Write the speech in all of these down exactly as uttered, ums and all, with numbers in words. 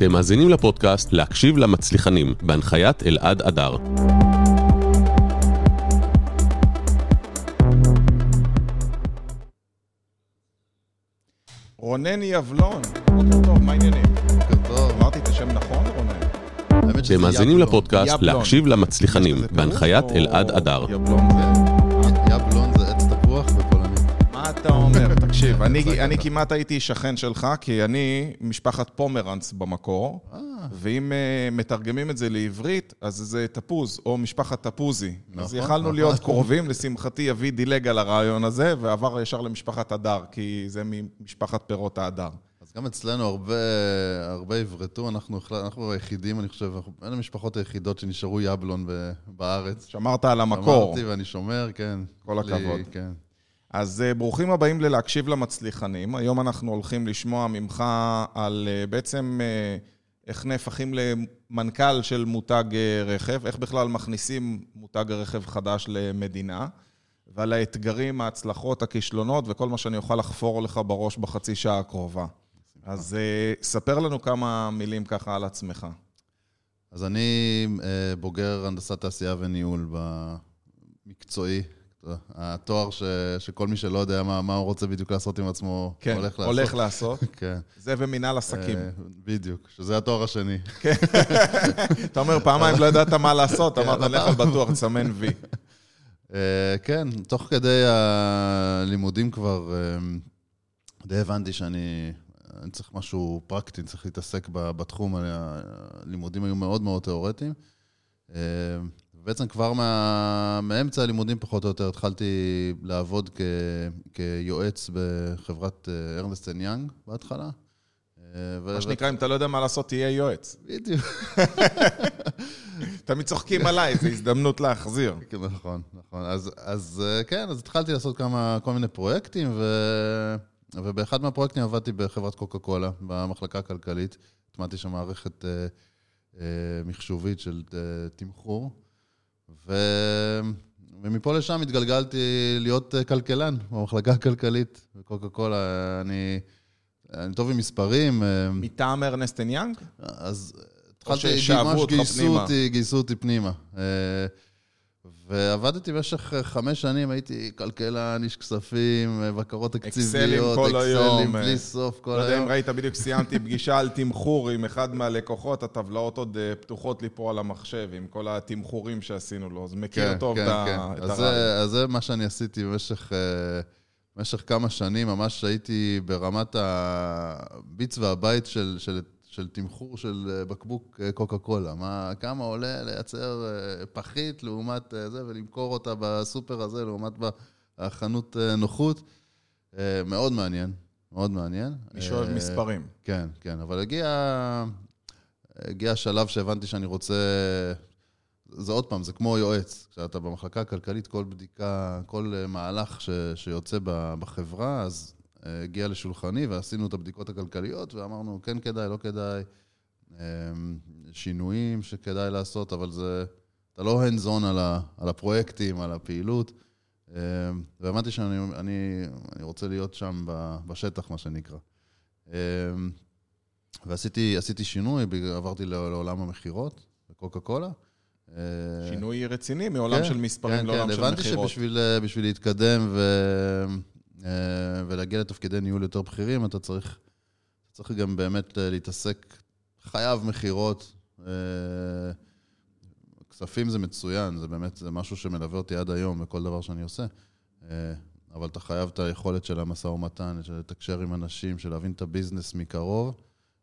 אתם מאזינים לפודקאסט להקשיב למצליחנים, בהנחיית אלעד אדר. רונן יבלון, בוקר טוב, מה העניינים? בוקר טוב. אמרתי את השם נכון, רונן? אתם מאזינים לפודקאסט להקשיב למצליחנים, בהנחיית אלעד אדר. יבלון זה... יבלון זה עץ תפוח בפולנית. מה אתה אומר? תקשיב, אני כמעט הייתי שכן שלך, כי אני משפחת פומרנץ במקור, ואם מתרגמים את זה לעברית, אז זה תפוז, או משפחת תפוזי. אז יכלנו להיות קרובים, לשמחתי יביא דילג על הרעיון הזה, ועבר ישר למשפחת אדר, כי זה ממשפחת פירות האדר. אז גם אצלנו הרבה, הרבה עברתו, אנחנו, אנחנו היחידים, אני חושב, בין המשפחות היחידות שנשארו יבלון בארץ. שמרת על המקור. שמרתי ואני שומר, כן. כל הכבוד. לי, כן. אז ברוכים הבאים ללהקשיב למצליחנים. היום אנחנו הולכים לשמוע ממך על בעצם איך נהפכים למנכ"ל של מותג רכב, איך בכלל מכניסים מותג רכב חדש למדינה, ועל האתגרים, ההצלחות, הכישלונות, וכל מה שאני אוכל לחפור לך בראש בחצי שעה הקרובה. אז ספר לנו כמה מילים ככה על עצמך. אז אני בוגר הנדסת תעשייה וניהול במקצועי, התואר ש, שכל מי שלא יודע מה, מה הוא רוצה בדיוק לעשות עם עצמו, כן, הולך לעשות. הולך לעשות. כן. זה ומנהל עסקים. בדיוק, שזה התואר השני. כן. אתה אומר, פעמיים לא ידעת מה לעשות, אמרת, לך על בטוח, תסמן וי. כן, תוך כדי הלימודים כבר די הבנתי שאני אני צריך משהו פרקטי, צריך להתעסק בתחום, הלימודים היו מאוד מאוד תיאורטיים. בעצם כבר מה, מאמצע הלימודים פחות או יותר התחלתי לעבוד כ, כיועץ בחברת ארנסט אנד יאנג בהתחלה. מה שנקרא, אם אתה לא יודע מה לעשות, תהיה יועץ. בדיוק. תמיד צוחקים עליי, זו הזדמנות להחזיר. נכון, נכון. אז, אז כן, אז התחלתי לעשות כמה, כל מיני פרויקטים, ו, ובאחד מהפרויקטים עבדתי בחברת קוקה קולה, במחלקה הכלכלית. התמדתי שם מערכת מחשובית של תמחור. ו... ומפה לשם התגלגלתי להיות כלכלן במחלקה הכלכלית בקוקה קולה. אני, אני טוב עם מספרים. מטעם ארנסט אנד יאנג? אז התחלתי, ממש גייסו אותי, גייסו אותי פנימה. ועבדתי במשך חמש שנים, הייתי כלכלן, איש כספים, בקרות תקציביות, אקסלים, בלי סוף כל היום. לא יודע אם ראית, בדיוק סיימתי פגישה על תמחור עם אחד מהלקוחות, הטבלאות עוד פתוחות לי פה על המחשב, עם כל התמחורים שעשינו לו, אז מכיר טוב את הרעיון. אז זה מה שאני עשיתי במשך... במשך כמה שנים, ממש הייתי ברמת הביץ והבית של... של של תמחור של בקבוק קוקה קולה. מה, כמה עולה לייצר פחית לעומת זה, ולמכור אותה בסופר הזה, לעומת בחנות נוחות. מאוד מעניין, מאוד מעניין. מי שאוהב מספרים. כן, כן, אבל הגיע, הגיע השלב שהבנתי שאני רוצה, זה עוד פעם, זה כמו יועץ. כשאתה במחלקה הכלכלית, כל בדיקה, כל מהלך ש, שיוצא בחברה, אז הגיע לשולחני ועשינו את הבדיקות הכלכליות ואמרנו כן כדאי, לא כדאי, שינויים שכדאי לעשות, אבל זה, אתה לא hands-on על, ה, על הפרויקטים, על הפעילות, והאמנתי שאני אני, אני רוצה להיות שם בשטח, מה שנקרא. ועשיתי עשיתי שינוי, עברתי לעולם המחירות בקוקה קולה. שינוי רציני מעולם כן, של מספרים כן, לעולם כן, של מחירות. הבנתי שבשביל בשביל להתקדם ו... ולהגיע לתפקידי ניהול יותר בכירים, אתה צריך, צריך גם באמת להתעסק, חייב מחירות, כספים זה מצוין, זה באמת, זה משהו שמלווה אותי עד היום בכל דבר שאני עושה, אבל אתה חייב את היכולת של המשא ומתן, של לתקשר עם אנשים, של להבין את הביזנס מקרוב,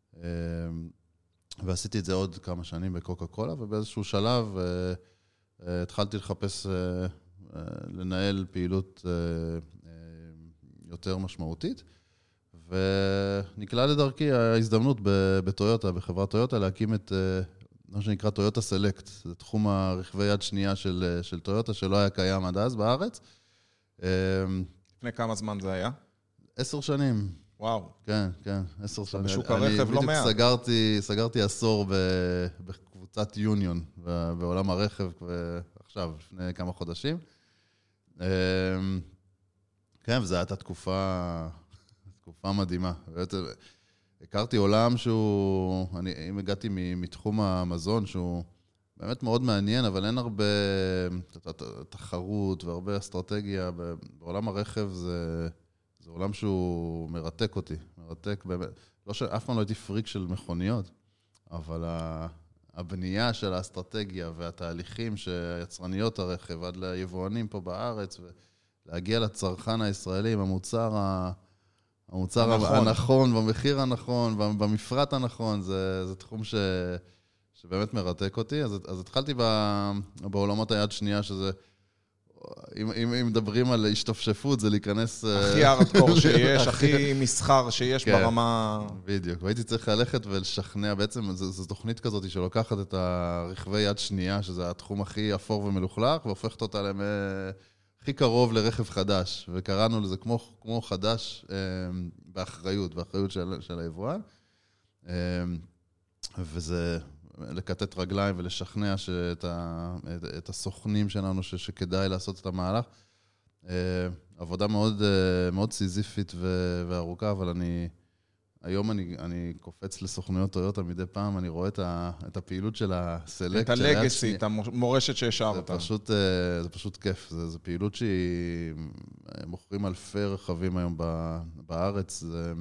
ועשיתי את זה עוד כמה שנים בקוקה קולה, ובאיזשהו שלב התחלתי לחפש לנהל פעילות יותר משמעותית, ונקלע לדרכי ההזדמנות בטויוטה, בחברת טויוטה, להקים את מה שנקרא טויוטה סלקט. זה תחום הרכבי יד שנייה של, של טויוטה, שלא היה קיים עד אז בארץ. לפני כמה זמן זה היה? עשר שנים. וואו. כן, כן, עשר שנים. בשוק הרכב לא מעט. סגרתי, סגרתי עשור בקבוצת יוניון, בעולם הרכב, עכשיו, לפני כמה חודשים. כן, וזו הייתה תקופה, תקופה מדהימה. הכרתי עולם שהוא, אני, אם הגעתי מתחום המזון, שהוא באמת מאוד מעניין, אבל אין הרבה תחרות והרבה אסטרטגיה. בעולם הרכב זה, זה עולם שהוא מרתק אותי, מרתק באמת. לא שאף פעם לא הייתי פריק של מכוניות, אבל הבנייה של האסטרטגיה והתהליכים שיצרניות הרכב עד ליבואנים פה בארץ, ולהגיע לצרכן הישראלי עם המוצר ה... המוצר הנכון, הנכון במחיר הנכון, במפרט הנכון, זה, זה תחום ש, שבאמת מרתק אותי. אז, אז התחלתי בעולמות היד שנייה, שזה, אם, אם, אם מדברים על השתפשפות, זה להיכנס... הכי ארדקור שיש, הכי מסחר שיש כן, ברמה... בדיוק. והייתי צריך ללכת ולשכנע, בעצם זו, זו תוכנית כזאת שלוקחת את הרכבי יד שנייה, שזה התחום הכי אפור ומלוכלך, והופכת אותה להם... הכי קרוב לרכב חדש, וקראנו לזה כמו, כמו חדש אה, באחריות, באחריות של, של היבואן. אה, וזה לקטט רגליים ולשכנע שאת ה, את, את הסוכנים שלנו ש, שכדאי לעשות את המהלך. אה, עבודה מאוד, אה, מאוד סיזיפית ו, וארוכה, אבל אני, היום אני, אני קופץ לסוכנויות טויוטה מדי פעם, אני רואה את, ה, את הפעילות של הסלקט. את הלגסי, את המורשת שהשארת. זה פשוט, זה פשוט כיף. זה, זה פעילות שהיא, מוכרים אלפי רכבים היום בארץ. זה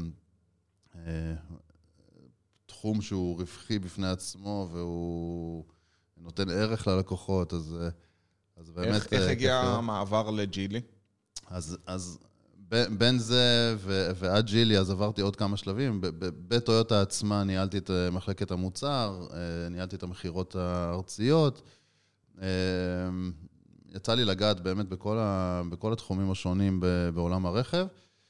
תחום שהוא רווחי בפני עצמו, והוא נותן ערך ללקוחות, אז, אז באמת... איך, איך הגיע המעבר לג'ילי? אז... אז בין זה ועד ג'ילי, אז עברתי עוד כמה שלבים. בטויוטה עצמה ניהלתי את מחלקת המוצר, ניהלתי את המחירות הארציות. יצא לי לגעת באמת בכל, ה, בכל התחומים השונים בעולם הרכב.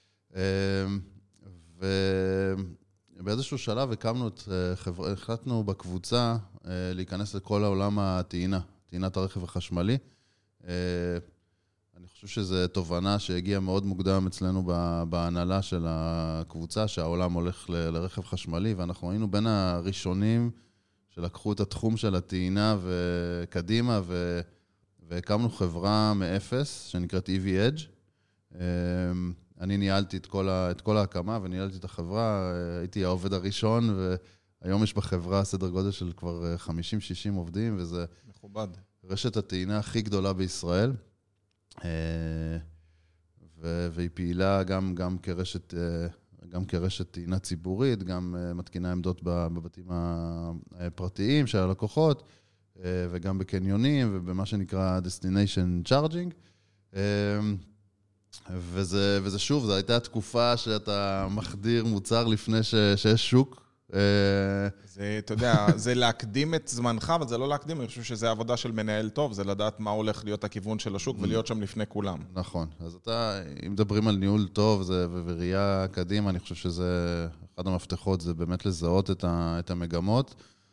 ובאיזשהו שלב הקמנו את חברה, החלטנו בקבוצה להיכנס לכל העולם הטעינה, טעינת הרכב החשמלי. אני חושב שזו תובנה שהגיעה מאוד מוקדם אצלנו בהנהלה של הקבוצה, שהעולם הולך ל- לרכב חשמלי, ואנחנו היינו בין הראשונים שלקחו את התחום של הטעינה וקדימה, ו- והקמנו חברה מאפס, שנקראת אי וי Edge. אני ניהלתי את כל, ה- את כל ההקמה, וניהלתי את החברה, הייתי העובד הראשון, והיום יש בחברה סדר גודל של כבר חמישים שישים עובדים, וזה... מכובד. רשת הטעינה הכי גדולה בישראל. והיא פעילה גם, גם כרשת, גם כרשת טעינה ציבורית, גם מתקינה עמדות בבתים הפרטיים של הלקוחות, וגם בקניונים ובמה שנקרא destination charging. וזה, וזה שוב, זו הייתה תקופה שאתה מחדיר מוצר לפני ש, שיש שוק. זה, אתה יודע, זה להקדים את זמנך, אבל זה לא להקדים, אני חושב שזה עבודה של מנהל טוב, זה לדעת מה הולך להיות הכיוון של השוק ולהיות שם לפני כולם. נכון. אז אתה, אם מדברים על ניהול טוב זה, וראייה קדימה, אני חושב שזה, אחד המפתחות זה באמת לזהות את, ה, את המגמות.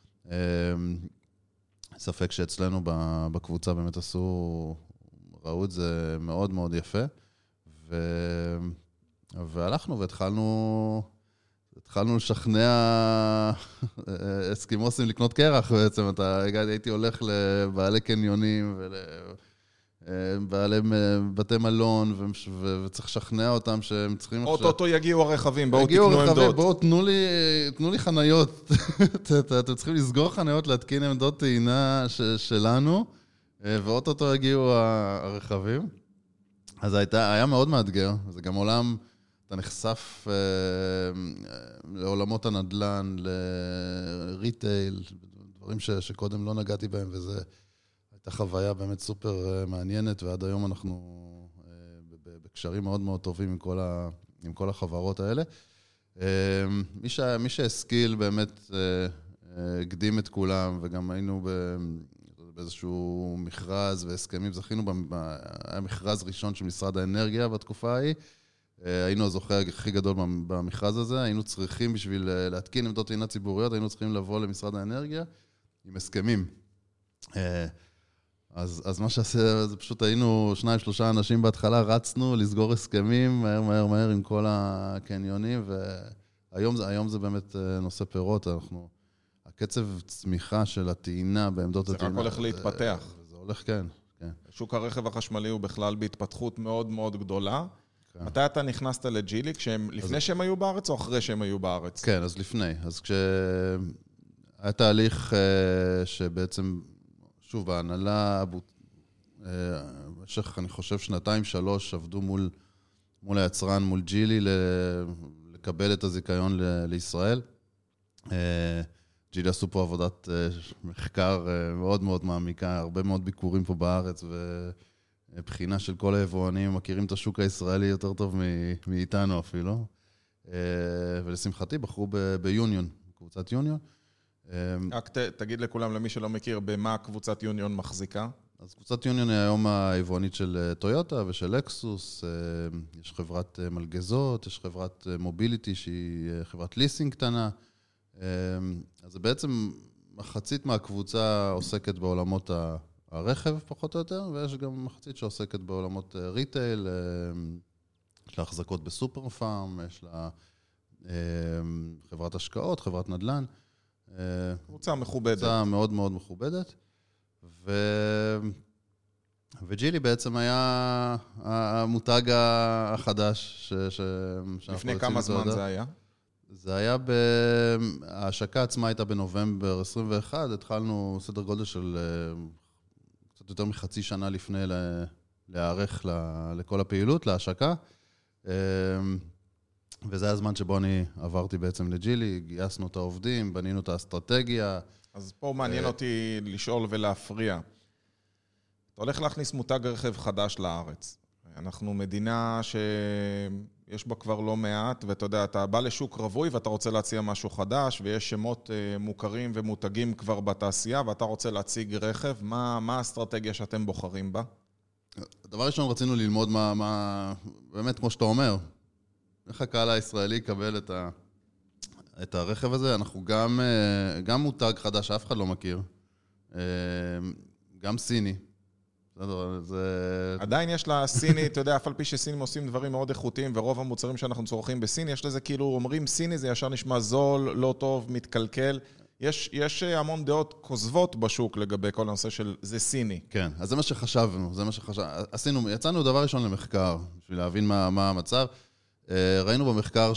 ספק שאצלנו בקבוצה באמת עשו, ראו את זה מאוד מאוד יפה, ו, והלכנו והתחלנו... התחלנו לשכנע אסקימוסים לקנות קרח בעצם. אתה, הייתי הולך לבעלי קניונים ולבעלי בתי מלון, וצריך לשכנע אותם שהם צריכים... אוטוטו יגיעו הרכבים, בואו תקנו עמדות. בואו תנו לי, תנו לי חניות. אתם צריכים לסגור חניות, להתקין עמדות טעינה שלנו, ואוטוטו יגיעו הרכבים. אז היה מאוד מאתגר, זה גם עולם... אתה נחשף אה, לעולמות הנדל"ן, לריטייל, דברים ש, שקודם לא נגעתי בהם, וזו הייתה חוויה באמת סופר אה, מעניינת, ועד היום אנחנו אה, בקשרים מאוד מאוד טובים עם כל, ה, עם כל החברות האלה. אה, מי, ש, מי שהשכיל באמת אה, אה, הקדים את כולם, וגם היינו ב, באיזשהו מכרז והסכמים, זכינו, היה מכרז ראשון של משרד האנרגיה בתקופה ההיא, היינו הזוכה הכי גדול במכרז הזה, היינו צריכים בשביל להתקין עמדות טעינה ציבוריות, היינו צריכים לבוא למשרד האנרגיה עם הסכמים. אז, אז מה שעשה, זה פשוט היינו שניים, שלושה אנשים בהתחלה, רצנו לסגור הסכמים מהר, מהר, מהר עם כל הקניונים, והיום זה, היום זה באמת נושא פירות, אנחנו, הקצב צמיחה של הטעינה בעמדות הטעינה... זה רק הולך להתפתח. זה, זה הולך, כן, כן. שוק הרכב החשמלי הוא בכלל בהתפתחות מאוד מאוד גדולה. מתי אתה נכנסת לג'ילי? לפני שהם היו בארץ או אחרי שהם היו בארץ? כן, אז לפני. אז כשהיה תהליך שבעצם, שוב, ההנהלה, במשך, אני חושב, שנתיים, שלוש, עבדו מול, מול היצרן, מול ג'ילי, לקבל את הזיכיון לישראל. ג'ילי עשו פה עבודת מחקר מאוד מאוד מעמיקה, הרבה מאוד ביקורים פה בארץ, ובחינה של כל היבואנים, מכירים את השוק הישראלי יותר טוב מאיתנו אפילו. ולשמחתי בחרו ביוניון, קבוצת יוניון. רק תגיד לכולם, למי שלא מכיר, במה קבוצת יוניון מחזיקה? אז קבוצת יוניון היא היום היבואנית של טויוטה ושל לקסוס, יש חברת מלגזות, יש חברת מוביליטי שהיא חברת ליסינג קטנה, אז זה בעצם מחצית מהקבוצה עוסקת בעולמות הרכב פחות או יותר, ויש גם מחצית שעוסקת בעולמות ריטייל, יש לה החזקות בסופר פארם, יש לה חברת השקעות, חברת נדל"ן. קבוצה מכובדת. קבוצה מאוד מאוד מכובדת. ו... וג'ילי בעצם היה המותג החדש. ש... ש... לפני כמה זמן זה היה? זה היה, ב... ההשקה עצמה הייתה בנובמבר עשרים ואחת, התחלנו סדר גודל של קצת יותר מחצי שנה לפני להיערך לכל הפעילות, להשקה. וזה הזמן שבו אני עברתי בעצם לג'ילי, גייסנו את העובדים, בנינו את האסטרטגיה. אז פה מעניין אותי לשאול ולהפריע. אתה הולך להכניס מותג רכב חדש לארץ. אנחנו מדינה שיש בה כבר לא מעט, ואתה יודע, אתה בא לשוק רווי ואתה רוצה להציע משהו חדש, ויש שמות מוכרים ומותגים כבר בתעשייה, ואתה רוצה להציג רכב. מה, מה האסטרטגיה שאתם בוחרים בה? הדבר ראשון, רצינו ללמוד מה, מה, באמת, כמו שאתה אומר, איך הקהל הישראלי יקבל את, ה, את הרכב הזה. אנחנו גם, גם מותג חדש שאף אחד לא מכיר, גם סיני. זה... עדיין יש לה סיני, אתה יודע, אף על פי שסינים עושים דברים מאוד איכותיים, ורוב המוצרים שאנחנו צורכים בסיני, יש לזה כאילו, אומרים סיני, זה ישר נשמע זול, לא טוב, מתקלקל. יש, יש המון דעות כוזבות בשוק לגבי כל הנושא של זה סיני. כן, אז זה מה שחשבנו, זה מה שחשבנו. עשינו, יצאנו דבר ראשון למחקר, בשביל להבין מה, מה המצב. ראינו במחקר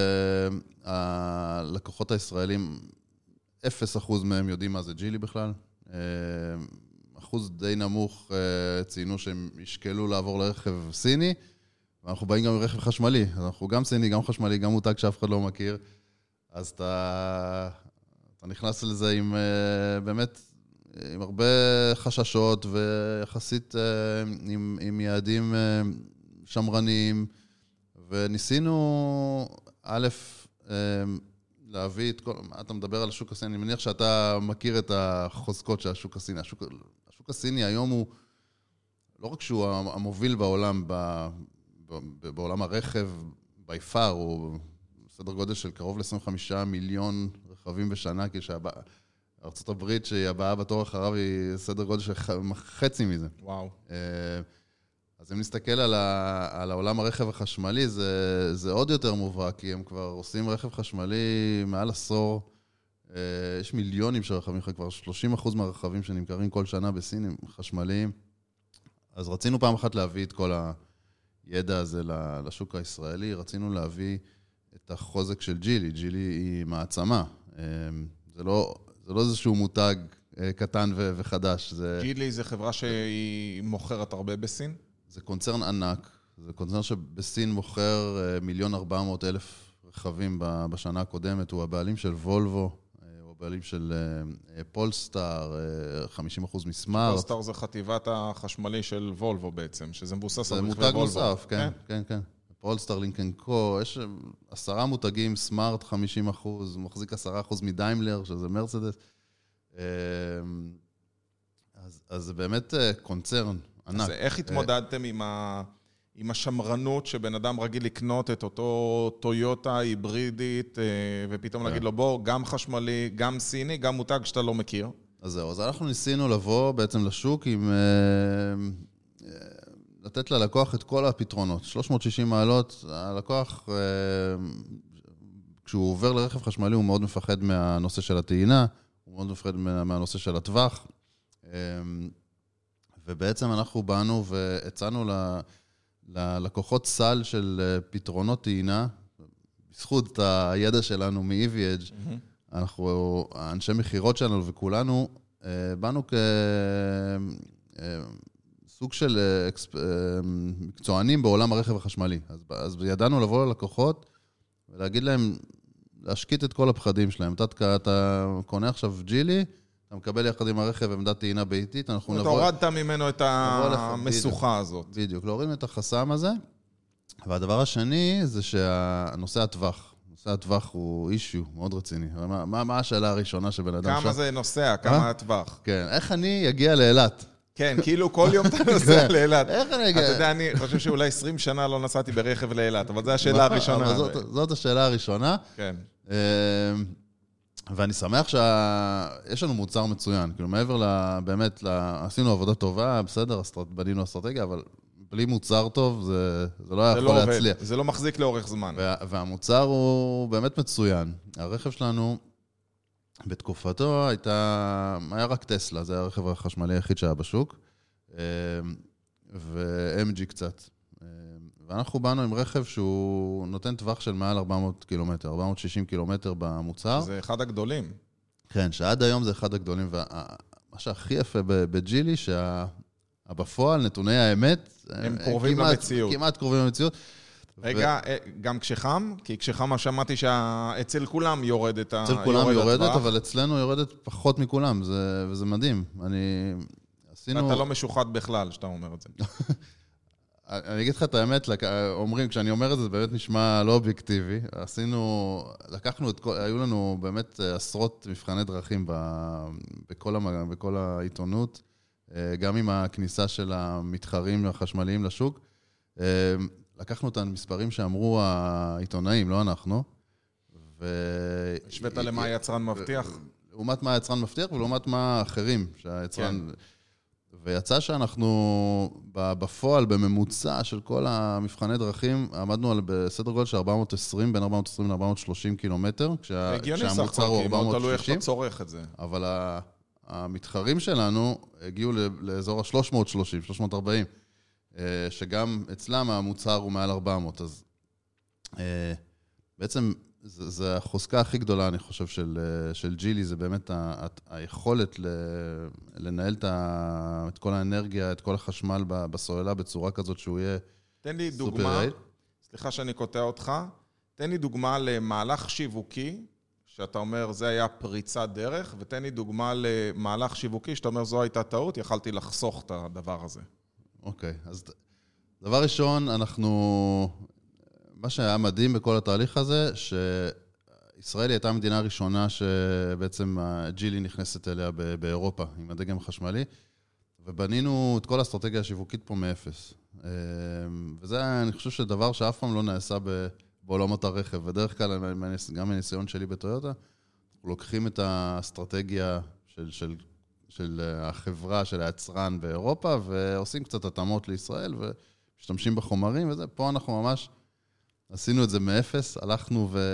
שהלקוחות הישראלים, אפס אחוז מהם יודעים מה זה ג'ילי בכלל. אחוז די נמוך ציינו שהם ישקלו לעבור לרכב סיני, ואנחנו באים גם לרכב חשמלי. אנחנו גם סיני, גם חשמלי, גם מותג שאף אחד לא מכיר. אז אתה, אתה נכנס לזה עם, באמת, עם הרבה חששות, ויחסית עם, עם יעדים שמרניים, וניסינו, א', להביא את כל, אתה מדבר על השוק הסיני, אני מניח שאתה מכיר את החוזקות של השוק הסיני. השוק, השוק הסיני היום הוא, לא רק שהוא המוביל בעולם, ב, ב, בעולם הרכב, by far, הוא סדר גודל של קרוב ל-עשרים וחמישה מיליון רכבים בשנה, כשארצות הברית שהיא הבאה בתור אחריו היא סדר גודל של חצי מזה. וואו. אז אם נסתכל על, ה, על העולם הרכב החשמלי, זה, זה עוד יותר מובהק, כי הם כבר עושים רכב חשמלי מעל עשור. יש מיליונים של רכבים, כבר שלושים אחוז מהרכבים שנמכרים כל שנה בסין חשמליים. אז רצינו פעם אחת להביא את כל הידע הזה לשוק הישראלי, רצינו להביא את החוזק של ג'ילי. ג'ילי היא מעצמה. זה לא, זה לא איזשהו מותג קטן ו- וחדש. זה... ג'ילי זה חברה שהיא מוכרת הרבה בסין? זה קונצרן ענק, זה קונצרן שבסין מוכר מיליון ארבע מאות אלף רכבים בשנה הקודמת, הוא הבעלים של וולבו, הוא הבעלים של פולסטאר, חמישים אחוז מסמארט. פולסטאר זה חטיבת החשמלי של וולבו בעצם, שזה מבוסס על רכבי וולבו. זה מותג נוסף, כן, כן, כן. פולסטאר, לינקן קו, יש עשרה מותגים, סמארט חמישים אחוז, מחזיק עשרה אחוז מדיימלר, שזה מרצדס. אז, אז זה באמת קונצרן ענק. אז איך התמודדתם עם, ה, עם השמרנות שבן אדם רגיל לקנות את אותו טויוטה היברידית, ופתאום להגיד לו, בוא, גם חשמלי, גם סיני, גם מותג שאתה לא מכיר? אז זהו, אז אנחנו ניסינו לבוא בעצם לשוק עם... לתת ללקוח את כל הפתרונות. שלוש מאות ושישים מעלות, הלקוח, כשהוא עובר לרכב חשמלי, הוא מאוד מפחד מהנושא של הטעינה, הוא מאוד מפחד מהנושא של הטווח, ובעצם אנחנו באנו והצענו ללקוחות סל של פתרונות טעינה, בזכות הידע שלנו מ-E V Edge, mm-hmm. אנחנו, האנשי מחירות שלנו וכולנו, באנו כסוג של מקצוענים בעולם הרכב החשמלי. אז, אז ידענו לבוא ללקוחות ולהגיד להם, להשקיט את כל הפחדים שלהם. אתה, אתה קונה עכשיו ג'ילי, אתה מקבל יחד עם הרכב עמדת טעינה ביתית, אנחנו נבוא... אתה הורדת ממנו את המסוכה הזאת. בדיוק, להוריד את החסם הזה. והדבר השני זה שהנושא הטווח. נושא הטווח הוא אישיו מאוד רציני. מה, מה, מה השאלה הראשונה שבן אדם... כמה זה נוסע, כמה הטווח? כן, איך אני אגיע לאילת? כן, כאילו כל יום אתה נוסע לאילת. איך אני אגיע? אתה יודע, אני חושב שאולי עשרים שנה לא נסעתי ברכב לאילת, אבל זו השאלה הראשונה. זאת השאלה הראשונה. כן. ואני שמח שיש לנו מוצר מצוין. כאילו, מעבר באמת, עשינו עבודה טובה, בסדר, בנינו אסטרטגיה, אבל בלי מוצר טוב, זה לא יכול להצליח. זה לא מחזיק לאורך זמן. והמוצר הוא באמת מצוין. הרכב שלנו, בתקופתו, הייתה, היה רק טסלה, זה היה הרכב החשמלי היחיד שהיה בשוק, ו-אם ג'י קצת. ואנחנו באנו עם רכב שהוא נותן טווח של מעל ארבע מאות קילומטר, ארבע מאות ושישים קילומטר במוצר. זה אחד הגדולים. כן, שעד היום זה אחד הגדולים, ומה שהכי יפה בג'ילי, שבפועל נתוני האמת, הם קרובים למציאות. כמעט קרובים למציאות. רגע, גם כשחם? כי כשחם שמעתי שאצל כולם יורדת הטווח. אצל כולם יורדת, אבל אצלנו יורדת פחות מכולם, וזה מדהים. אני... ואתה לא משוחד בכלל, שאתה אומר את זה. אני אגיד לך את האמת, אומרים, כשאני אומר את זה, זה באמת נשמע לא אובייקטיבי. עשינו, לקחנו את כל, היו לנו באמת עשרות מבחני דרכים בכל, בכל העיתונות, גם עם הכניסה של המתחרים החשמליים לשוק. לקחנו את המספרים שאמרו העיתונאים, לא אנחנו. השווית למה היצרן מבטיח? לעומת מה היצרן מבטיח ולעומת מה האחרים שהיצרן... ויצא שאנחנו בפועל, בממוצע של כל המבחני דרכים, עמדנו על בסדר גודל של ארבע מאות ועשרים, בין ארבע מאות ועשרים ל-ארבע מאות ושלושים קילומטר, כשהמוצר הוא ארבע מאות ושלושים. תלוי איך אתה צורך את זה. אבל המתחרים שלנו הגיעו לאזור ה-שלוש מאות ושלושים, שלוש מאות וארבעים, שגם אצלם המוצר הוא מעל ארבע מאות. אז בעצם... זו החוזקה הכי גדולה, אני חושב, של, של ג'ילי, זה באמת ה, היכולת ל, לנהל את, ה, את כל האנרגיה, את כל החשמל בסוללה בצורה כזאת שהוא יהיה סופר רייל. תן לי דוגמה, סליחה שאני קוטע אותך, תן לי דוגמה למהלך שיווקי, שאתה אומר, זה היה פריצת דרך, ותן לי דוגמה למהלך שיווקי, שאתה אומר, זו הייתה טעות, יכלתי לחסוך את הדבר הזה. אוקיי, אז דבר ראשון, אנחנו... מה שהיה מדהים בכל התהליך הזה, שישראל הייתה המדינה הראשונה שבעצם ג'ילי נכנסת אליה באירופה, עם הדגם החשמלי, ובנינו את כל האסטרטגיה השיווקית פה מאפס. וזה, אני חושב, שדבר שאף פעם לא נעשה בעולמות הרכב. בדרך כלל, גם מניסיון שלי בטויוטה, אנחנו לוקחים את האסטרטגיה של, של, של החברה, של היצרן באירופה, ועושים קצת התאמות לישראל, ומשתמשים בחומרים, וזה, פה אנחנו ממש... עשינו את זה מאפס, הלכנו ו...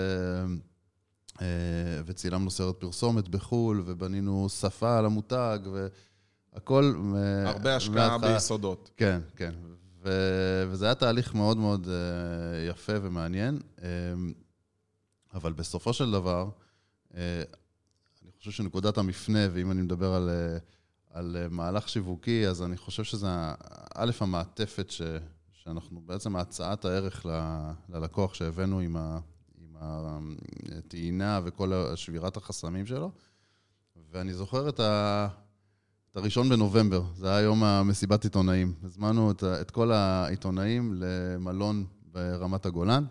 וצילמנו סרט פרסומת בחול, ובנינו שפה על המותג, והכל... הרבה השקעה ביסודות. כן, כן. ו... וזה היה תהליך מאוד מאוד יפה ומעניין, אבל בסופו של דבר, אני חושב שנקודת המפנה, ואם אני מדבר על, על מהלך שיווקי, אז אני חושב שזה א' המעטפת ש... שאנחנו בעצם הצעת הערך ל- ללקוח שהבאנו עם, ה- עם הטעינה וכל שבירת החסמים שלו. ואני זוכר את, ה- את הראשון בנובמבר, זה היה יום המסיבת עיתונאים. הזמנו את, את כל העיתונאים למלון ברמת הגולן.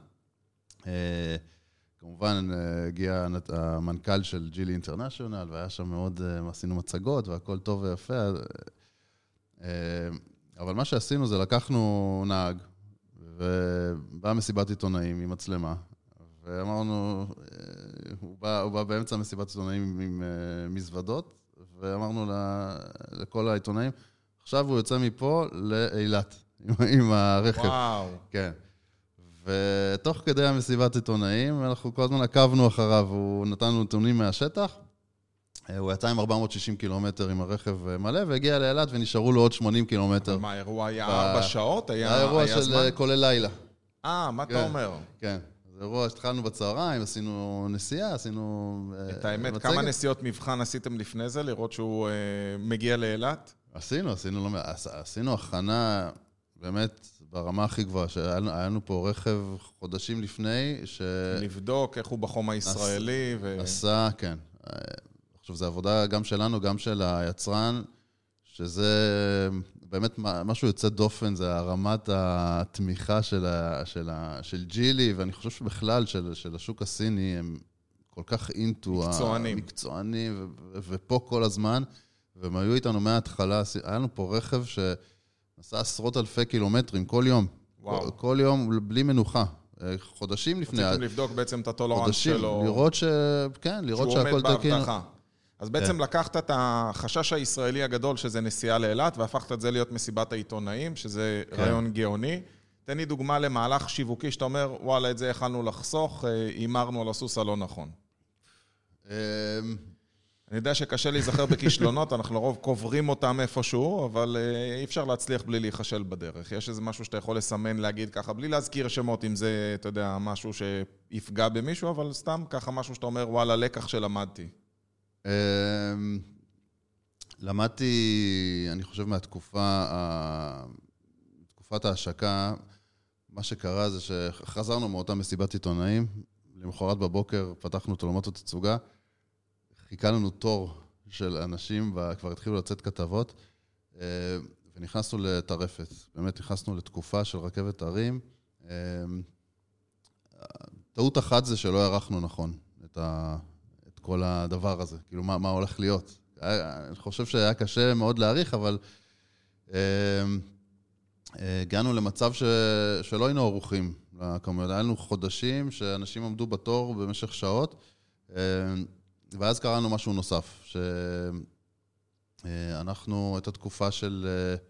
כמובן הגיע המנכ"ל של ג'ילי אינטרנשיונל, והיה שם מאוד, עשינו מצגות והכל טוב ויפה. אבל מה שעשינו זה לקחנו נהג, ובא מסיבת עיתונאים עם מצלמה, ואמרנו, הוא בא, הוא בא באמצע מסיבת עיתונאים עם, עם מזוודות, ואמרנו לכל העיתונאים, עכשיו הוא יוצא מפה לאילת, עם, עם הרכב. וואו. כן. ותוך כדי המסיבת עיתונאים, אנחנו כל הזמן עקבנו אחריו, הוא נתן לנו נתונים מהשטח, הוא יצא עם ארבע מאות ושישים קילומטר עם הרכב מלא, והגיע לאילת ונשארו לו עוד שמונים קילומטר. מה, האירוע היה ארבע שעות? היה אירוע של כולל לילה. אה, מה אתה אומר? כן. זה אירוע שהתחלנו בצהריים, עשינו נסיעה, עשינו... את האמת, כמה נסיעות מבחן עשיתם לפני זה, לראות שהוא מגיע לאילת? עשינו, עשינו, עשינו הכנה באמת ברמה הכי גבוהה, שהיה לנו פה רכב חודשים לפני, ש... לבדוק איך הוא בחום הישראלי. עשה, כן. עכשיו, זו עבודה גם שלנו, גם של היצרן, שזה באמת משהו יוצא דופן, זה הרמת התמיכה של, של, של ג'ילי, ואני חושב שבכלל של, של השוק הסיני, הם כל כך אינטו, מקצוענים. מקצוענים, ו, ופה כל הזמן, והם היו איתנו מההתחלה, היה לנו פה רכב שנסע עשרות אלפי קילומטרים כל יום, כל, כל יום בלי מנוחה. חודשים לפני... רציתם לבדוק בעצם את הטולרנס שלו. לראות ש... כן, לראות שהכל תקין. שהוא עומד בהבטחה. אז בעצם כן. לקחת את החשש הישראלי הגדול, שזה נסיעה לאילת, והפכת את זה להיות מסיבת העיתונאים, שזה כן. רעיון גאוני. תן לי דוגמה למהלך שיווקי, שאתה אומר, וואלה, את זה יכלנו לחסוך, אימרנו על הסוס הלא נכון. אני יודע שקשה להיזכר בכישלונות, אנחנו לרוב קוברים אותם איפשהו, אבל אי אפשר להצליח בלי להיחשל בדרך. יש איזה משהו שאתה יכול לסמן, להגיד ככה, בלי להזכיר שמות, אם זה, אתה יודע, משהו שיפגע במישהו, אבל סתם ככה משהו שאתה אומר, וואלה, לקח שלמדתי. למדתי, אני חושב, מהתקופה, תקופת ההשקה, מה שקרה זה שחזרנו מאותה מסיבת עיתונאים, למחרת בבוקר פתחנו את עולמות התצוגה, חיכה לנו תור של אנשים, וכבר התחילו לצאת כתבות, ונכנסנו לטרפת. באמת נכנסנו לתקופה של רכבת הרים. טעות אחת זה שלא ערכנו נכון את, ה, את כל הדבר הזה. כאילו, מה, מה הולך להיות? אני חושב שהיה קשה מאוד להעריך, אבל הגענו למצב ש, שלא היינו ערוכים לכמויות. היה לנו חודשים שאנשים עמדו בתור במשך שעות, ואז קראנו משהו נוסף, שאנחנו, את התקופה של,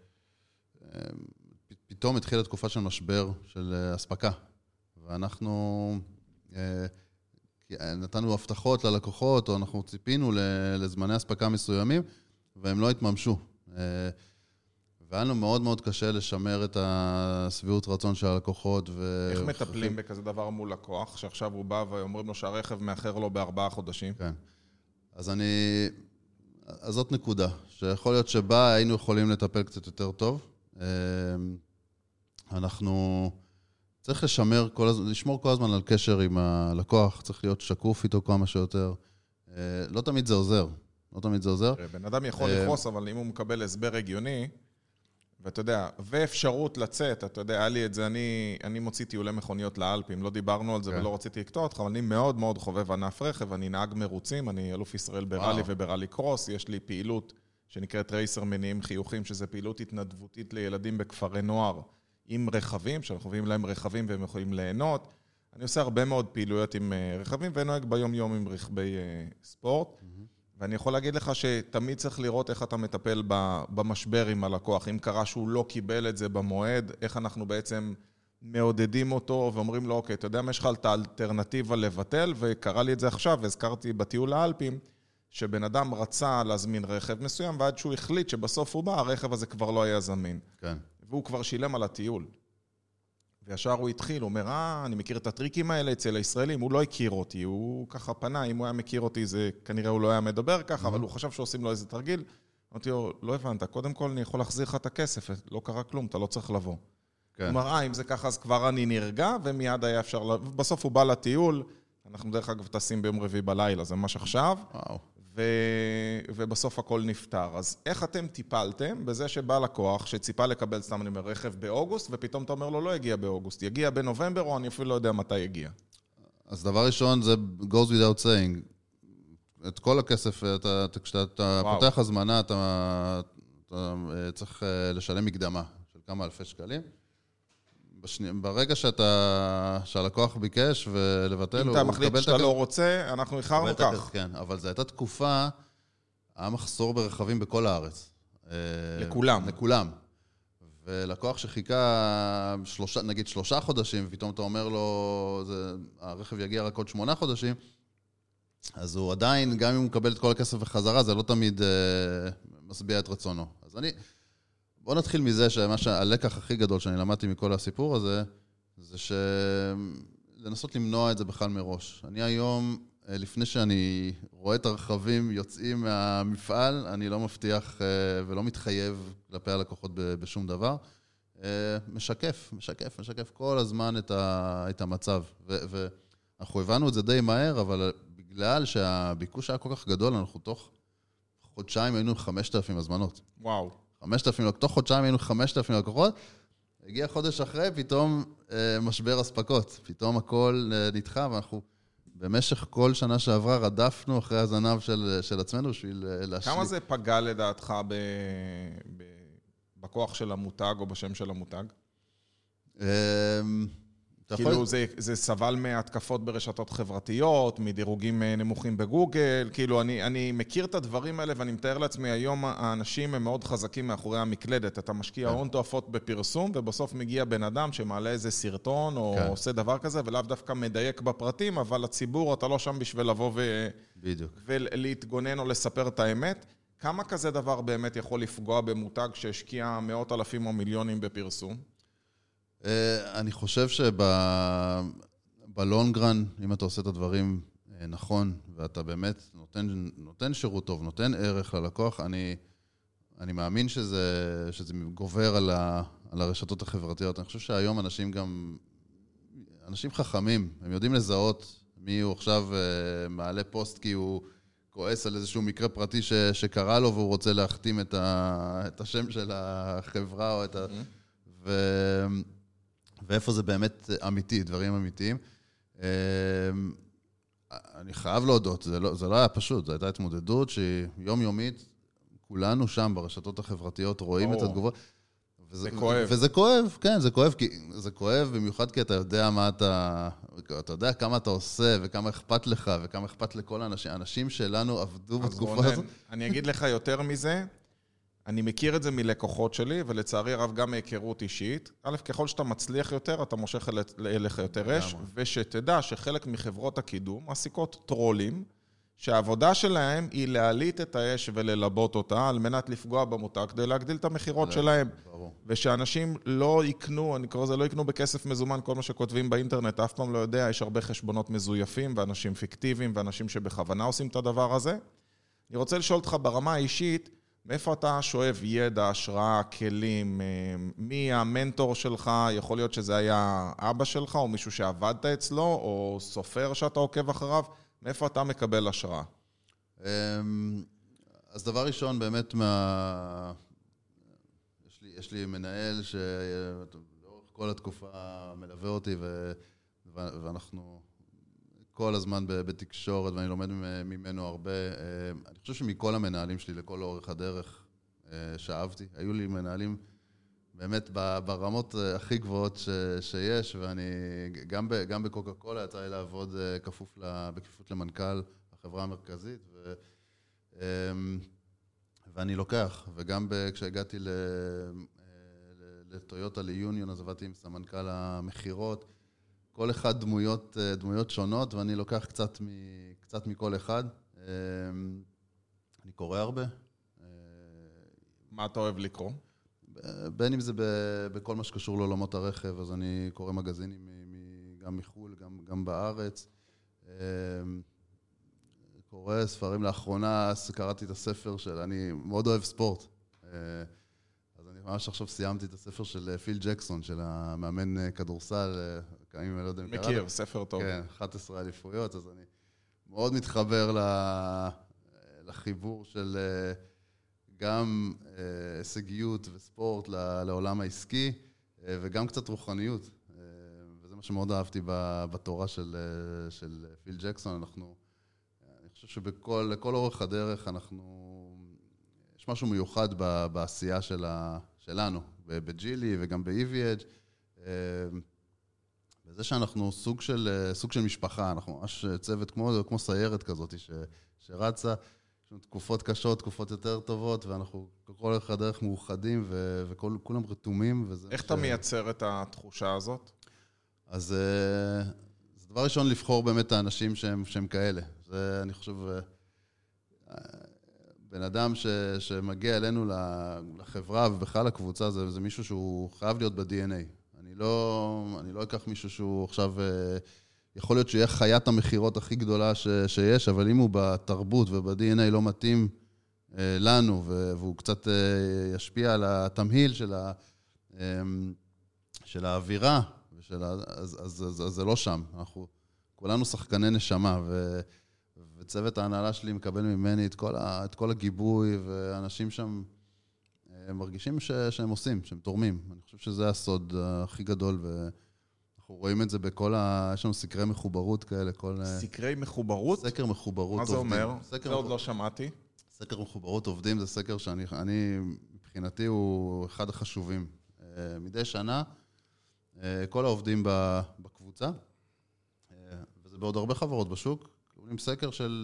פתאום התחילה תקופה של משבר, של הספקה, ואנחנו נתנו הבטחות ללקוחות, או אנחנו ציפינו לזמני הספקה מסוימים, והם לא התממשו. והיה לנו מאוד מאוד קשה לשמר את הסביעות רצון של הלקוחות. איך מטפלים בכזה דבר מול לקוח, שעכשיו הוא בא ואומרים לו שהרכב מאחר לו בארבעה חודשים? כן. אז אני... אז זאת נקודה, שיכול להיות שבה היינו יכולים לטפל קצת יותר טוב. אנחנו... צריך לשמר, כל הזמן, לשמור כל הזמן על קשר עם הלקוח, צריך להיות שקוף איתו כמה שיותר. לא תמיד זה עוזר. לא תמיד זה עוזר. בן אדם יכול לכעוס, אבל אם הוא מקבל הסבר הגיוני, ואתה יודע, ואפשרות לצאת, אתה יודע, היה לי את זה, אני, אני מוציא טיולי מכוניות לאלפים, לא דיברנו על זה ולא רציתי לקטוע אותך, אבל אני מאוד מאוד חובב ענף רכב, אני נהג מרוצים, אני אלוף ישראל ברלי וברלי קרוס, יש לי פעילות שנקראת רייסר מניעים חיוכים, שזה פעילות התנדבותית לילדים בכפרי נוער, עם רכבים, שאנחנו מביאים להם רכבים והם יכולים ליהנות. אני עושה הרבה מאוד פעילויות עם רכבים, ונוהג ביום יום עם רכבי ספורט. ואני יכול להגיד לך שתמיד צריך לראות איך אתה מטפל במשבר עם הלקוח. אם קרה שהוא לא קיבל את זה במועד, איך אנחנו בעצם מעודדים אותו ואומרים לו, אוקיי, אתה יודע מה יש לך את האלטרנטיבה לבטל, וקרה לי את זה עכשיו, והזכרתי בטיול האלפים, שבן אדם רצה להזמין רכב מסוים, ועד שהוא החליט שבסוף הוא בא, הרכב הזה כבר לא היה זמין. כן. והוא כבר שילם על הטיול. וישר הוא התחיל, הוא אומר, אה, אני מכיר את הטריקים האלה אצל הישראלים, הוא לא הכיר אותי, הוא ככה פנה, אם הוא היה מכיר אותי, זה כנראה הוא לא היה מדבר ככה, אבל הוא חשב שעושים לו איזה תרגיל. אמרתי לו, לא הבנת, קודם כל אני יכול להחזיר לך את הכסף, לא קרה כלום, אתה לא צריך לבוא. הוא אומר, אה, אם זה ככה, אז כבר אני נרגע, ומיד היה אפשר, בסוף הוא בא לטיול, אנחנו דרך אגב טסים ביום רביעי בלילה, זה ממש עכשיו, ו... ובסוף הכל נפטר. אז איך אתם טיפלתם בזה שבא לקוח שציפה לקבל, סתם אני אומר, רכב באוגוסט, ופתאום אתה אומר לו, לא יגיע באוגוסט, יגיע בנובמבר, או אני אפילו לא יודע מתי יגיע? אז דבר ראשון, זה goes without saying. את כל הכסף, אתה, כשאתה פותח הזמנה, אתה, אתה צריך לשלם מקדמה של כמה אלפי שקלים. בשני, ברגע שאתה, שהלקוח ביקש ולבטל, אם אתה מחליט שאתה לא רוצה, אנחנו איחרנו כך. כן, אבל זו הייתה תקופה, היה מחסור ברכבים בכל הארץ. לכולם. לכולם. ולקוח שחיכה, שלושה, נגיד שלושה חודשים, ופתאום אתה אומר לו, זה, הרכב יגיע רק עוד שמונה חודשים, אז הוא עדיין, גם אם הוא מקבל את כל הכסף בחזרה, זה לא תמיד מסביע את רצונו. אז אני, בוא נתחיל מזה שמה שהלקח הכי גדול שאני למדתי מכל הסיפור הזה, זה שלנסות למנוע את זה בכלל מראש. אני היום, לפני שאני רואה את הרכבים יוצאים מהמפעל, אני לא מבטיח ולא מתחייב כלפי הלקוחות בשום דבר. משקף, משקף, משקף כל הזמן את המצב. ואנחנו הבנו את זה די מהר, אבל בגלל שהביקוש היה כל כך גדול, אנחנו תוך חודשיים היינו חמשת אלפים הזמנות. וואו. חמשת אלפים, תוך חודשיים היינו חמשת אלפים לקוחות, הגיע חודש אחרי, פתאום משבר הספקות, פתאום הכל נדחה, ואנחנו במשך כל שנה שעברה רדפנו אחרי הזנב של, של עצמנו בשביל להשליט. כמה זה פגע לדעתך ב, ב, בכוח של המותג או בשם של המותג? כאילו יכול... זה, זה סבל מהתקפות ברשתות חברתיות, מדירוגים נמוכים בגוגל, כאילו אני, אני מכיר את הדברים האלה ואני מתאר לעצמי, היום האנשים הם מאוד חזקים מאחורי המקלדת, אתה משקיע הון תועפות בפרסום ובסוף מגיע בן אדם שמעלה איזה סרטון או כן. עושה דבר כזה ולאו דווקא מדייק בפרטים, אבל הציבור אתה לא שם בשביל לבוא ו... בדיוק. ולהתגונן או לספר את האמת. כמה כזה דבר באמת יכול לפגוע במותג שהשקיע מאות אלפים או מיליונים בפרסום? אני חושב שבלונגרן, אם אתה עושה את הדברים נכון, ואתה באמת נותן, נותן שירות טוב, נותן ערך ללקוח, אני, אני מאמין שזה, שזה גובר על, ה, על הרשתות החברתיות. אני חושב שהיום אנשים גם, אנשים חכמים, הם יודעים לזהות מי הוא עכשיו מעלה פוסט כי הוא כועס על איזשהו מקרה פרטי ש, שקרה לו והוא רוצה להחתים את, ה, את השם של החברה או את ה... ו... ואיפה זה באמת אמיתי, דברים אמיתיים. אני חייב להודות, זה לא, זה לא היה פשוט, זו הייתה התמודדות שהיא יומיומית, כולנו שם ברשתות החברתיות רואים את התגובות. זה כואב. וזה כואב, כן, זה כואב, כי זה כואב במיוחד כי אתה יודע מה אתה, אתה יודע כמה אתה עושה וכמה אכפת לך וכמה אכפת לכל האנשים. האנשים שלנו עבדו בתקופה הזאת. אני אגיד לך יותר מזה, אני מכיר את זה מלקוחות שלי, ולצערי הרב גם מהיכרות אישית. א', ככל שאתה מצליח יותר, אתה מושך אליך יותר אש, ושתדע שחלק מחברות הקידום מעסיקות טרולים, שהעבודה שלהם היא להעליט את האש וללבות אותה, על מנת לפגוע במותג, כדי להגדיל את המחירות שלהם. ושאנשים לא יקנו, אני קורא לזה, לא יקנו בכסף מזומן, כל מה שכותבים באינטרנט, אף פעם לא יודע, יש הרבה חשבונות מזויפים, ואנשים פיקטיביים, ואנשים שבכוונה עושים את הדבר הזה. אני רוצה לשאול אותך ברמה האישית, מאיפה אתה שואב ידע, השראה, כלים, מי המנטור שלך, יכול להיות שזה היה אבא שלך, או מישהו שעבדת אצלו, או סופר שאתה עוקב אחריו, מאיפה אתה מקבל השראה? אז דבר ראשון, באמת, מה... יש לי, יש לי מנהל שלאורך כל התקופה מלווה אותי, ו... ואנחנו... כל הזמן בתקשורת, ואני לומד ממנו הרבה. אני חושב שמכל המנהלים שלי, לכל אורך הדרך, שאהבתי, היו לי מנהלים באמת ברמות הכי גבוהות שיש, ואני גם, גם בקוקה קולה יצא לי לעבוד כפוף, בכפיפות למנכ"ל החברה המרכזית, ו, ואני לוקח, וגם כשהגעתי לטויוטה, ליוניון, אז עבדתי עם סמנכ"ל המחירות, כל אחד דמויות, דמויות שונות, ואני לוקח קצת, מ, קצת מכל אחד. אני קורא הרבה. מה אתה אוהב לקרוא? בין אם זה בכל מה שקשור לעולמות הרכב, אז אני קורא מגזינים גם מחול, גם, גם בארץ. קורא ספרים לאחרונה, קראתי את הספר של, אני מאוד אוהב ספורט. אז אני ממש עכשיו סיימתי את הספר של פיל ג'קסון, של המאמן כדורסל, קיימים, אני לא יודע אם קראת. מכיר, ספר טוב. כן, אחת עשרה אליפויות, אז אני מאוד מתחבר לחיבור של גם הישגיות וספורט לעולם העסקי, וגם קצת רוחניות. וזה מה שמאוד אהבתי בתורה של, של פיל ג'קסון. אנחנו, אני חושב שבכל לכל אורך הדרך אנחנו, יש משהו מיוחד בעשייה של, שלנו, בג'ילי וגם ב-אי וי אדג'. וזה שאנחנו סוג של, סוג של משפחה, אנחנו ממש צוות כמו, כמו סיירת כזאת ש, שרצה, יש לנו תקופות קשות, תקופות יותר טובות, ואנחנו כל אחד דרך מאוחדים ו, וכולם רתומים. וזה איך ש... אתה מייצר את התחושה הזאת? אז זה דבר ראשון לבחור באמת האנשים שהם, שהם כאלה. זה, אני חושב, בן אדם ש, שמגיע אלינו לחברה ובכלל לקבוצה, זה, זה מישהו שהוא חייב להיות ב-די אן איי. אני לא, אני לא אקח מישהו שהוא עכשיו, יכול להיות שיהיה חיית המחירות הכי גדולה ש, שיש, אבל אם הוא בתרבות וב-די אן איי לא מתאים לנו, והוא קצת ישפיע על התמהיל של, ה, של האווירה, ושל, אז, אז, אז, אז זה לא שם. אנחנו כולנו שחקני נשמה, ו... וצוות ההנהלה שלי מקבל ממני את כל, ה, את כל הגיבוי, ואנשים שם מרגישים ש, שהם עושים, שהם תורמים. אני חושב שזה הסוד הכי גדול, ואנחנו רואים את זה בכל ה... יש לנו סקרי מחוברות כאלה, כל... סקרי מחוברות? סקר מחוברות מה זה עובדים. אומר? סקר זה עוד לא שמעתי. סקר מחוברות עובדים זה סקר שאני, אני, מבחינתי הוא אחד החשובים. מדי שנה, כל העובדים בקבוצה, וזה בעוד הרבה חברות בשוק, עם סקר של,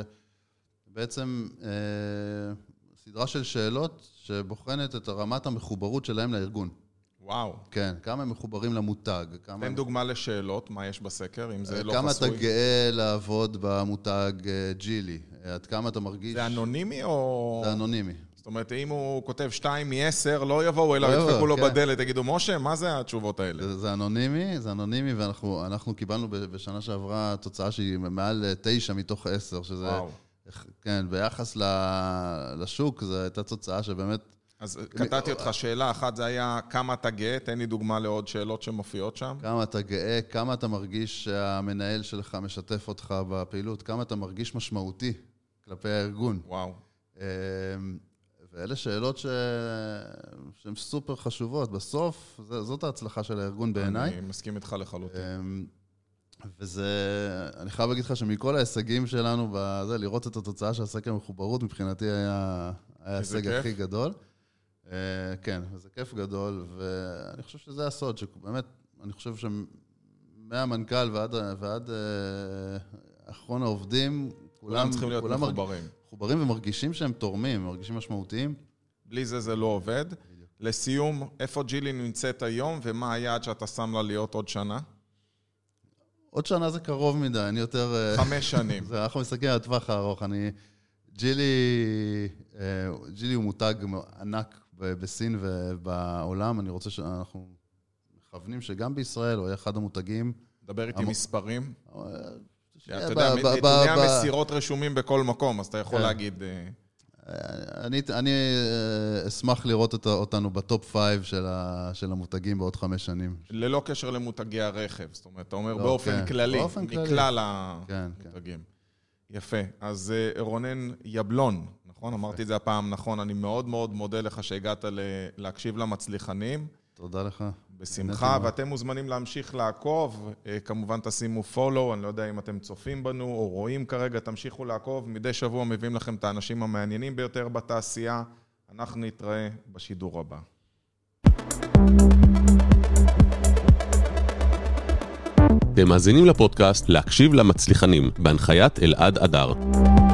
שבעצם אה, סדרה של שאלות שבוחנת את רמת המחוברות שלהם לארגון. וואו. כן, כמה הם מחוברים למותג. כמה... תן דוגמה לשאלות, מה יש בסקר, אם זה לא כמה חסוי. אתה גאה לעבוד במותג ג'ילי? עד כמה אתה מרגיש... זה אנונימי או... זה אנונימי. זאת אומרת, אם הוא כותב שתיים מ-עשר, לא יבואו אליו, ידפקו לו בדלת, תגידו, משה, מה זה התשובות האלה? זה, זה אנונימי, זה אנונימי, ואנחנו אנחנו קיבלנו בשנה שעברה תוצאה שהיא מעל תשע מתוך עשר, שזה... וואו. כן, ביחס לשוק, זו הייתה תוצאה שבאמת... אז קטעתי אותך שאלה אחת, זה היה כמה אתה גאה, תן לי דוגמה לעוד שאלות שמופיעות שם. כמה אתה גאה, כמה אתה מרגיש שהמנהל שלך משתף אותך בפעילות, כמה אתה מרגיש משמעותי כלפי הארגון. וואו. ואלה שאלות ש... שהן סופר חשובות. בסוף, זאת ההצלחה של הארגון בעיניי. אני מסכים איתך לחלוטין. וזה, אני חייב להגיד לך שמכל ההישגים שלנו, בזה, לראות את התוצאה של הסקר מחוברות, מבחינתי היה ההישג הכי גדול. כן, זה כיף גדול, ואני חושב שזה הסוד, שבאמת, אני חושב שמהמנכ"ל ועד, ועד אחרון העובדים, כולם צריכים להיות מחוברים. מחוברים ומרגישים שהם תורמים, מרגישים משמעותיים. בלי זה זה לא עובד. לסיום, איפה ג'ילי נמצאת היום, ומה היעד שאתה שם לה להיות עוד שנה? עוד שנה זה קרוב מדי, אני יותר... חמש שנים. זה, אנחנו מסתכלים על הטווח הארוך. אני... ג'ילי, ג'ילי הוא מותג ענק בסין ובעולם. אני רוצה שאנחנו מכוונים שגם בישראל הוא יהיה אחד המותגים. דבר איתי מספרים. אתה יודע, נתוני המסירות רשומים בכל מקום, אז אתה יכול להגיד... אני, אני אשמח לראות אותנו בטופ פייב של, ה, של המותגים בעוד חמש שנים. ללא קשר למותגי הרכב, זאת אומרת, אתה אומר לא, באופן כן, כללי, באופן מכלל כן, המותגים. כן. יפה. אז רונן יבלון, נכון? יפה. אמרתי את זה הפעם נכון, אני מאוד מאוד מודה לך שהגעת להקשיב למצליחנים. תודה לך. בשמחה, ואתם מוזמנים להמשיך לעקוב, כמובן תשימו פולו, אני לא יודע אם אתם צופים בנו או רואים כרגע, תמשיכו לעקוב, מדי שבוע מביאים לכם את האנשים המעניינים ביותר בתעשייה, אנחנו נתראה בשידור הבא. אתם מאזינים לפודקאסט להקשיב למצליחנים, בהנחיית אלעד אדר.